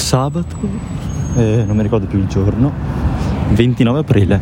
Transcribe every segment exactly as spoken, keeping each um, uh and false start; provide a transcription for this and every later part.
sabato, eh, non mi ricordo più il giorno, ventinove aprile.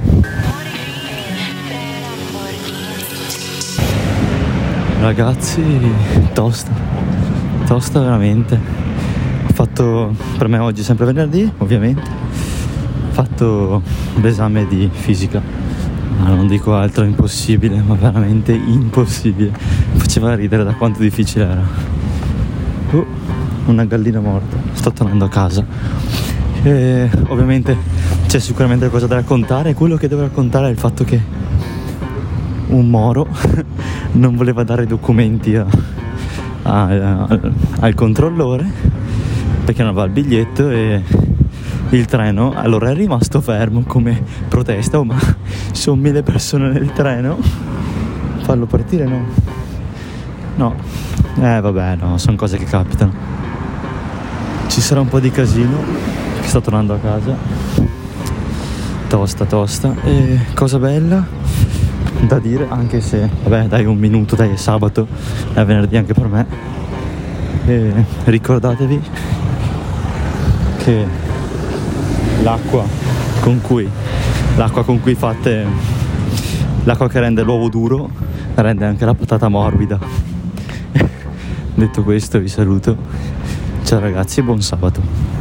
Ragazzi, tosta, tosta veramente. Ho fatto, per me oggi è sempre venerdì, ovviamente, ho fatto l'esame di fisica, ma non dico altro, impossibile, ma veramente impossibile. Faceva ridere da quanto difficile era. Uh, una gallina morta. Sto tornando a casa e ovviamente c'è sicuramente qualcosa da raccontare. Quello che devo raccontare è il fatto che un moro non voleva dare i documenti a, a, a, al controllore perché non aveva il biglietto, e il treno allora è rimasto fermo come protesta. Oh, ma sono mille persone nel treno, farlo partire? No, no, eh vabbè, no, sono cose che capitano. Ci sarà un po' di casino, che sto tornando a casa. Tosta, tosta. E cosa bella da dire, anche se, vabbè, dai, un minuto, dai, è sabato, è venerdì anche per me. E ricordatevi che l'acqua con cui l'acqua con cui fate l'acqua che rende l'uovo duro rende anche la patata morbida. Detto questo, vi saluto, ciao ragazzi e buon sabato.